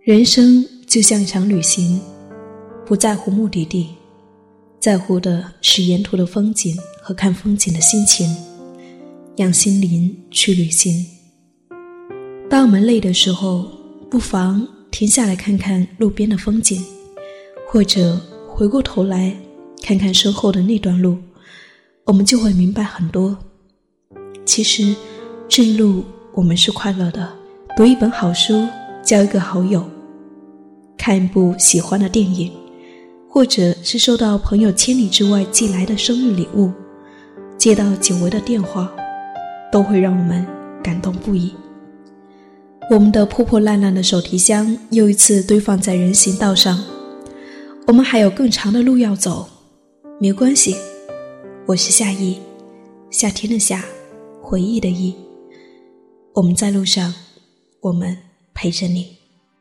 人生就像一场旅行，不在乎目的地，在乎的是沿途的风景和看风景的心情，让心灵去旅行。当我们累的时候，不妨停下来看看路边的风景，或者回过头来看看身后的那段路，我们就会明白很多。其实这一路我们是快乐的，读一本好书，交一个好友，看一部喜欢的电影，或者是收到朋友千里之外寄来的生日礼物，接到久违的电话，都会让我们感动不已。我们的破破烂烂的手提箱又一次堆放在人行道上，我们还有更长的路要走，没关系，我是夏意，夏天的夏，回忆的忆，我们在路上，我们陪着你。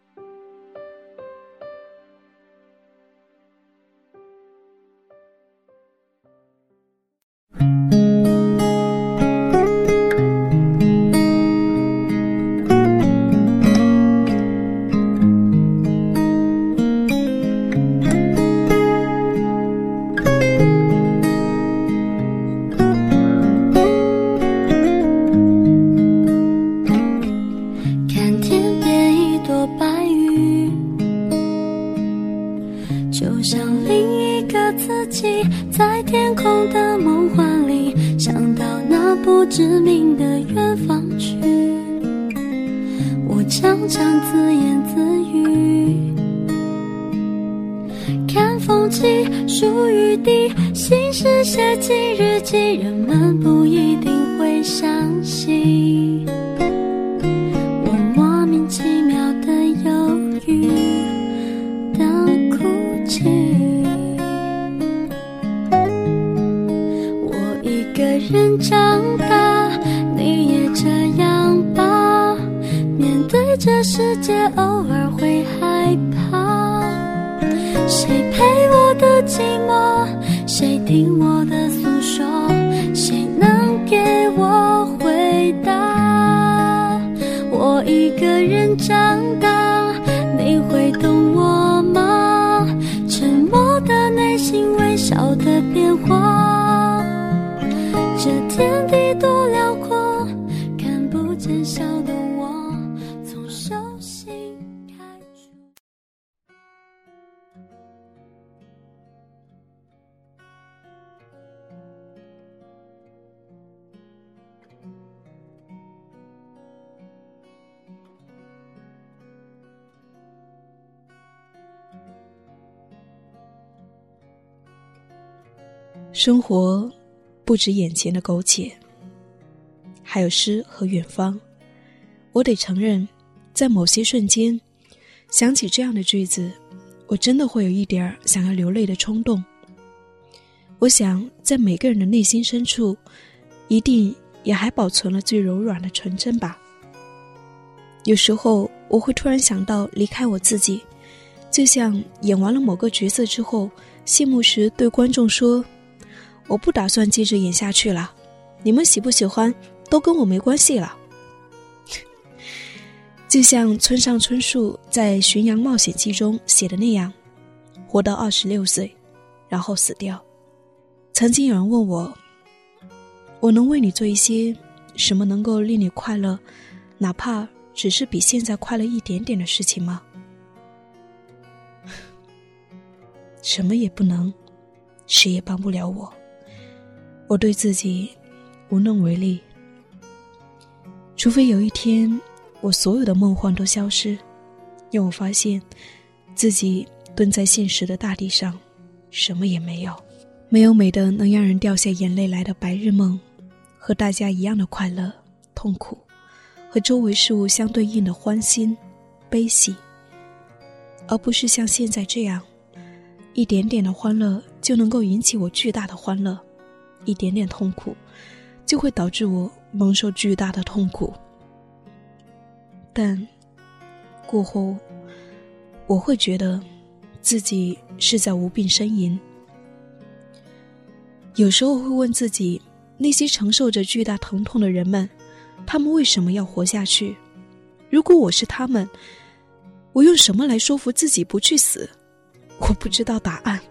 就像另一个自己，在天空的梦幻里，想到那不知名的远方去。我常常自言自语，看风起数雨滴，心事写进日记，人们不一定会相信我莫名其妙的忧郁的哭泣。我一个人长大，你也这样吧，面对这世界偶尔会害怕，谁陪我的寂寞，谁听我的诉说，谁能给我回答。我一个人长大，你会懂我吗？沉默的内心，微笑的变化，这天地多辽阔，看不见笑的我，从手心开出。 生活不止眼前的苟且，还有诗和远方。我得承认，在某些瞬间想起这样的句子，我真的会有一点想要流泪的冲动。我想在每个人的内心深处，一定也还保存了最柔软的纯真吧。有时候我会突然想到离开我自己，就像演完了某个角色之后，谢幕时对观众说，我不打算接着演下去了，你们喜不喜欢都跟我没关系了。就像村上春树在《巡洋冒险记》中写的那样，活到26岁，然后死掉。曾经有人问我，我能为你做一些什么能够令你快乐，哪怕只是比现在快乐一点点的事情吗？什么也不能，谁也帮不了我。我对自己无能为力，除非有一天我所有的梦幻都消失，让我发现自己蹲在现实的大地上，什么也没有，没有美的能让人掉下眼泪来的白日梦，和大家一样的快乐痛苦，和周围事物相对应的欢欣悲喜，而不是像现在这样，一点点的欢乐就能够引起我巨大的欢乐，一点点痛苦就会导致我蒙受巨大的痛苦。但过后我会觉得自己是在无病呻吟。有时候会问自己，那些承受着巨大疼痛的人们，他们为什么要活下去？如果我是他们， 我用什么来说服自己不去死？我不知道答案。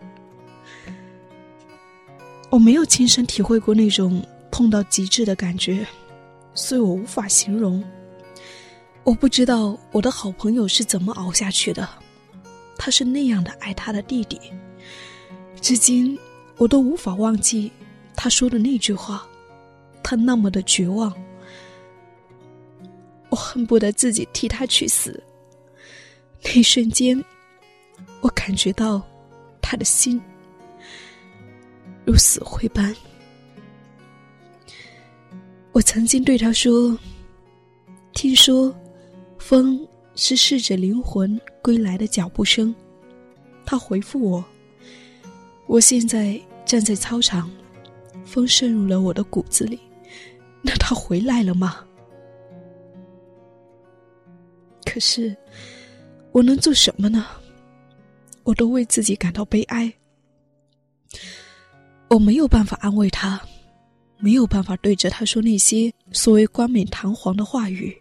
我没有亲身体会过那种痛到极致的感觉，所以我无法形容。我不知道我的好朋友是怎么熬下去的，他是那样的爱他的弟弟，至今我都无法忘记他说的那句话，他那么的绝望，我恨不得自己替他去死。那一瞬间，我感觉到他的心如死灰般。我曾经对他说，听说风是逝者灵魂归来的脚步声。他回复我现在站在操场，风渗入了我的骨子里，那他回来了吗？可是我能做什么呢？我都为自己感到悲哀。我没有办法安慰他，没有办法对着他说那些所谓冠冕堂皇的话语。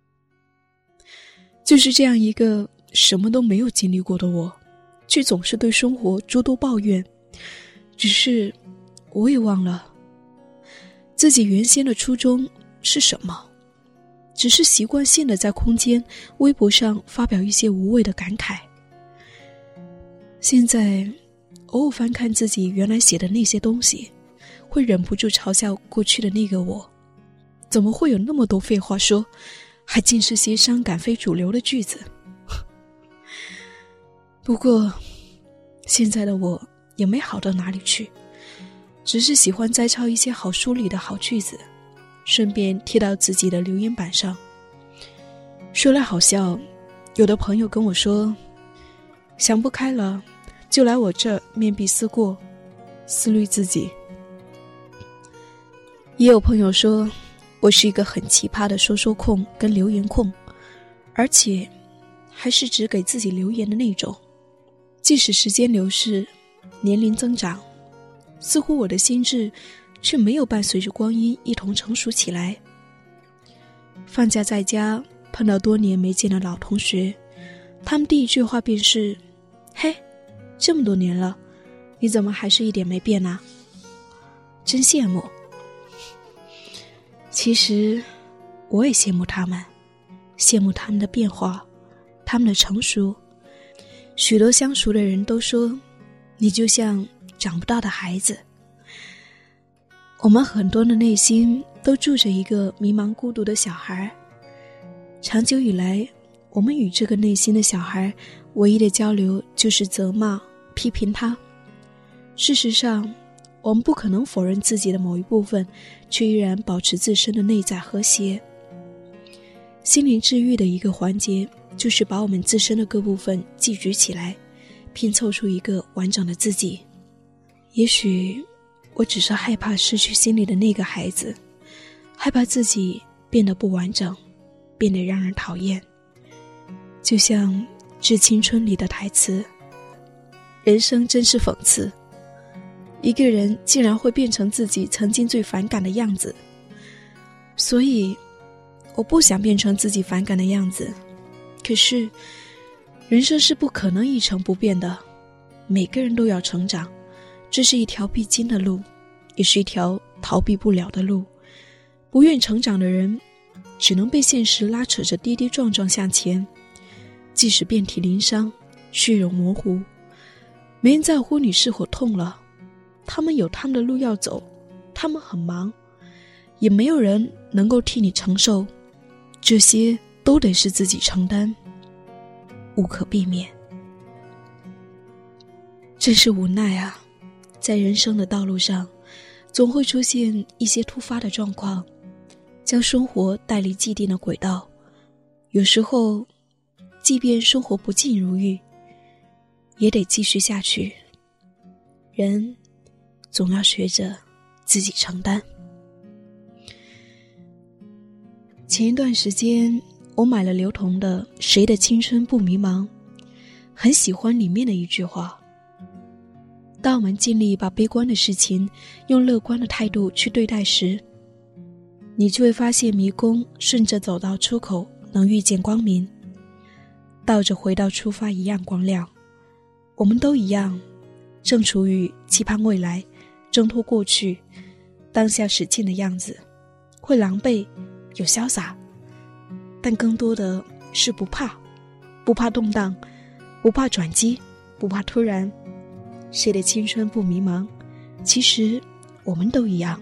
就是这样一个什么都没有经历过的我，却总是对生活诸多抱怨。只是我也忘了自己原先的初衷是什么，只是习惯性的在空间微博上发表一些无谓的感慨。现在偶尔翻看自己原来写的那些东西，会忍不住嘲笑过去的那个我，怎么会有那么多废话说，还尽是些伤感非主流的句子。不过现在的我也没好到哪里去，只是喜欢摘抄一些好书里的好句子，顺便贴到自己的留言板上。说来好笑，有的朋友跟我说，想不开了就来我这面壁思过，思虑自己。也有朋友说我是一个很奇葩的说控跟留言控，而且还是只给自己留言的那种。即使时间流逝，年龄增长，似乎我的心智却没有伴随着光阴一同成熟起来。放假在家碰到多年没见的老同学，他们第一句话便是，嘿，这么多年了，你怎么还是一点没变啊？真羡慕。其实我也羡慕他们，羡慕他们的变化，他们的成熟。许多相熟的人都说，你就像长不大的孩子。我们很多的内心都住着一个迷茫孤独的小孩，长久以来，我们与这个内心的小孩唯一的交流就是责骂、批评他。事实上，我们不可能否认自己的某一部分，却依然保持自身的内在和谐。心灵治愈的一个环节，就是把我们自身的各部分聚集起来，拼凑出一个完整的自己。也许我只是害怕失去心里的那个孩子，害怕自己变得不完整，变得让人讨厌。就像《致青春》里的台词，人生真是讽刺，一个人竟然会变成自己曾经最反感的样子。所以我不想变成自己反感的样子，可是人生是不可能一成不变的，每个人都要成长，这是一条必经的路，也是一条逃避不了的路。不愿成长的人只能被现实拉扯着跌跌撞撞向前，即使遍体鳞伤，血肉模糊，没人在乎你是否痛了，他们有他们的路要走，他们很忙，也没有人能够替你承受，这些都得是自己承担，无可避免。真是无奈啊，在人生的道路上，总会出现一些突发的状况，将生活带离既定的轨道。有时候即便生活不尽如意，也得继续下去。人总要学着自己承担。前一段时间我买了刘同的《谁的青春不迷茫》，很喜欢里面的一句话，当我们尽力把悲观的事情用乐观的态度去对待时，你就会发现迷宫顺着走到出口能遇见光明。 倒着回到出发一样光亮。我们都一样，正处于期盼未来，挣脱过去，当下使劲的样子，会狼狈，有潇洒，但更多的是不怕动荡，不怕转机，不怕突然。谁的青春不迷茫？其实我们都一样。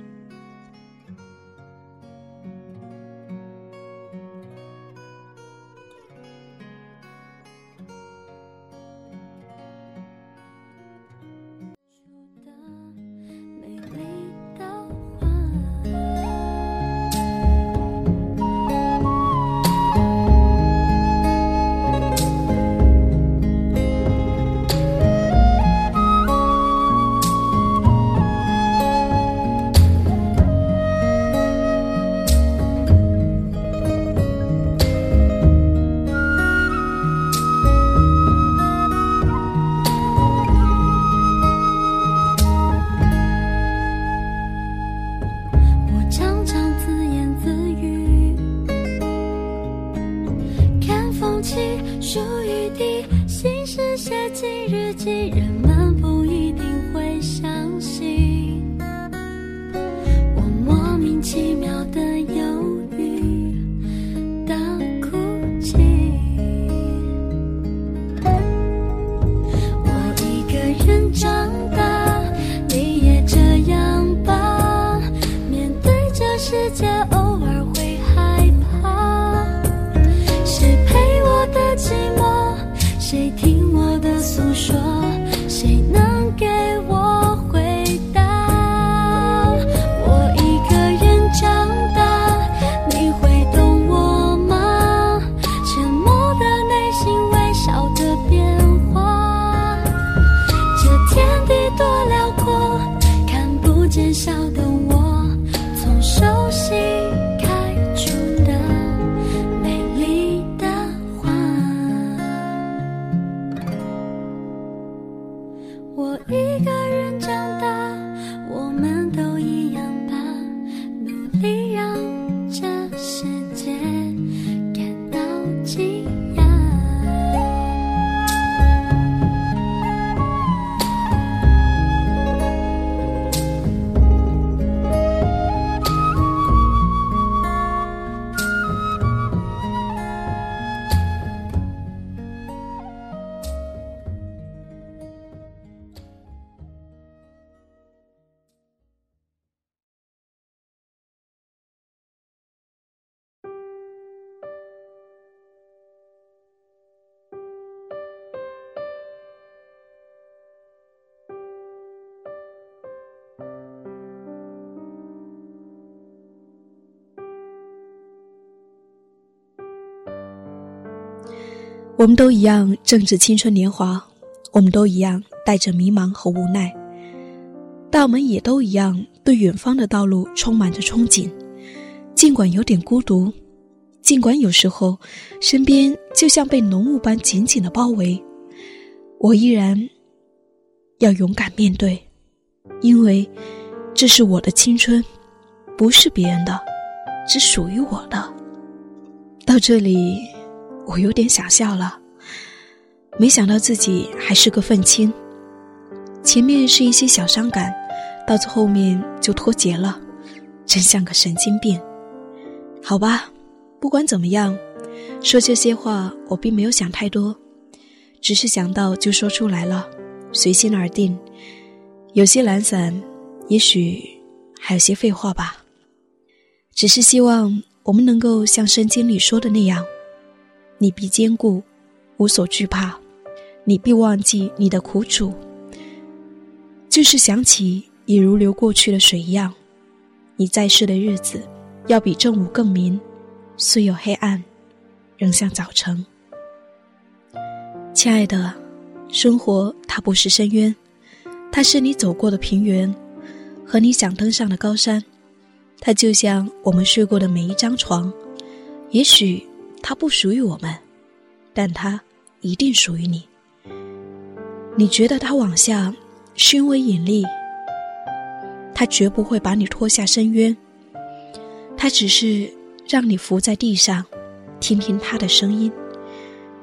我们都一样正值青春年华，我们都一样带着迷茫和无奈，但我们也都一样对远方的道路充满着憧憬。尽管有点孤独，尽管有时候身边就像被浓雾般紧紧的包围，我依然要勇敢面对，因为这是我的青春，不是别人的，只属于我的。到这里我有点想笑了，没想到自己还是个愤青。前面是一些小伤感，到最后面就脱节了，真像个神经病。好吧，不管怎么样，说这些话我并没有想太多，只是想到就说出来了，随心而定。有些懒散，也许还有些废话吧。只是希望我们能够像圣经里说的那样，你必坚固，无所惧怕，你必忘记你的苦楚，就是想起也如流过去的水一样。你在世的日子要比正午更明，虽有黑暗，仍像早晨。亲爱的，生活它不是深渊，它是你走过的平原和你想登上的高山。它就像我们睡过的每一张床，也许它不属于我们，但它一定属于你。你觉得它往下是因为引力，它绝不会把你拖下深渊，它只是让你伏在地上，听听它的声音，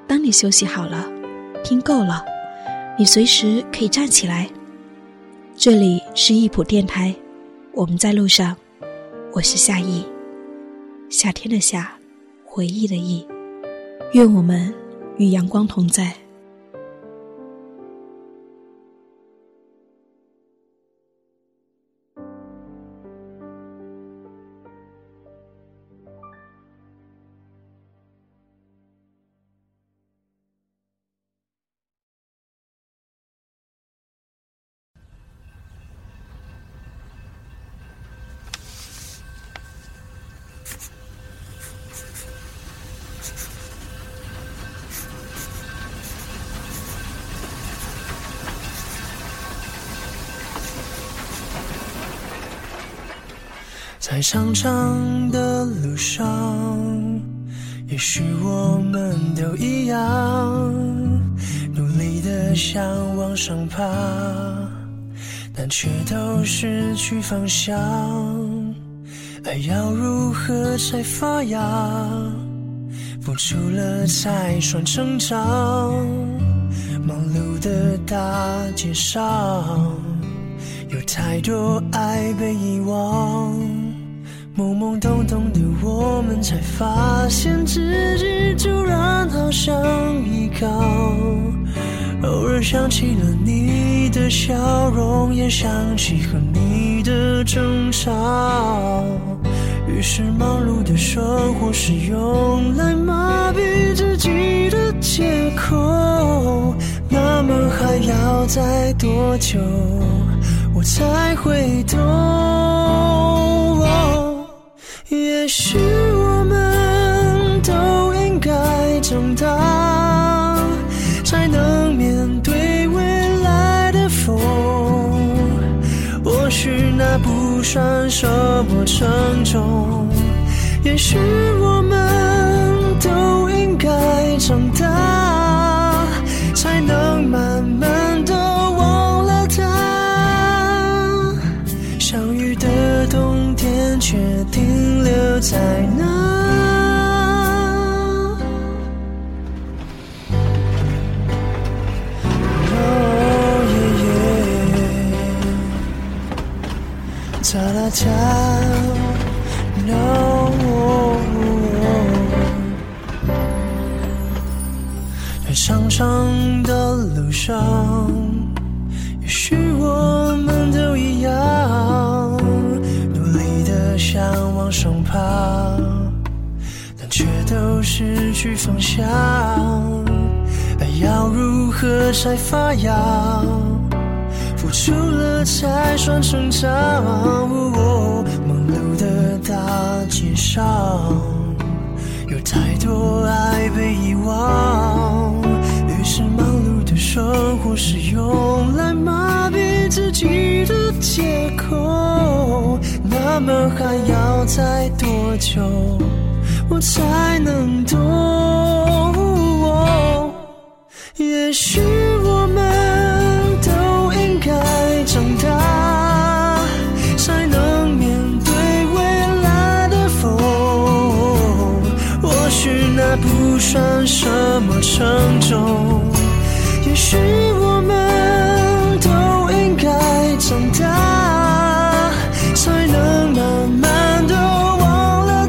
当你休息好了，听够了，你随时可以站起来。这里是艺普电台，我们在路上，我是夏意，夏天的夏，回忆的忆，愿我们与阳光同在。 在长长的路上，也许我们都一样，努力地想往上爬，但却都失去方向。爱要如何才发芽？付出了才算成长。忙碌的大街上，有太多爱被遗忘。懵懵懂懂的我们才发现自己突然好想依靠，偶尔想起了你的笑容，也想起和你的争吵，于是忙碌的生活是用来麻痹自己的借口。那么还要再多久我才会懂？也许我们都应该长大，才能面对未来的风。或许那不算什么沉重，也许我们都应该长大，才能慢慢地忘了它。相遇的冬天决定留在哪？哒啦哒 No 在长长的路上，也许我们都一样，努力地想往上爬，但却都失去方向。爱要如何才发芽？付出了才算成长。忙碌的大街上，有太多爱被遗忘，于是忙碌的生活是用来麻痹自己的借口。那么还要再多久我才能懂？也许我们都应该长大，才能面对未来的风。或许那不算什么沉重，也许我们都应该长大，才能慢慢地忘了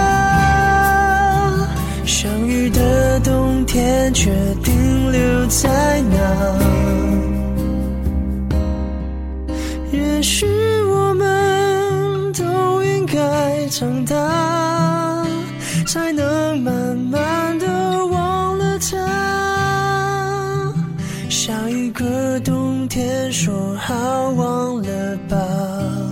它。相遇的冬天决定留在哪？也许我们都应该长大，才能慢慢地忘了它。下一个冬天说好忘了吧。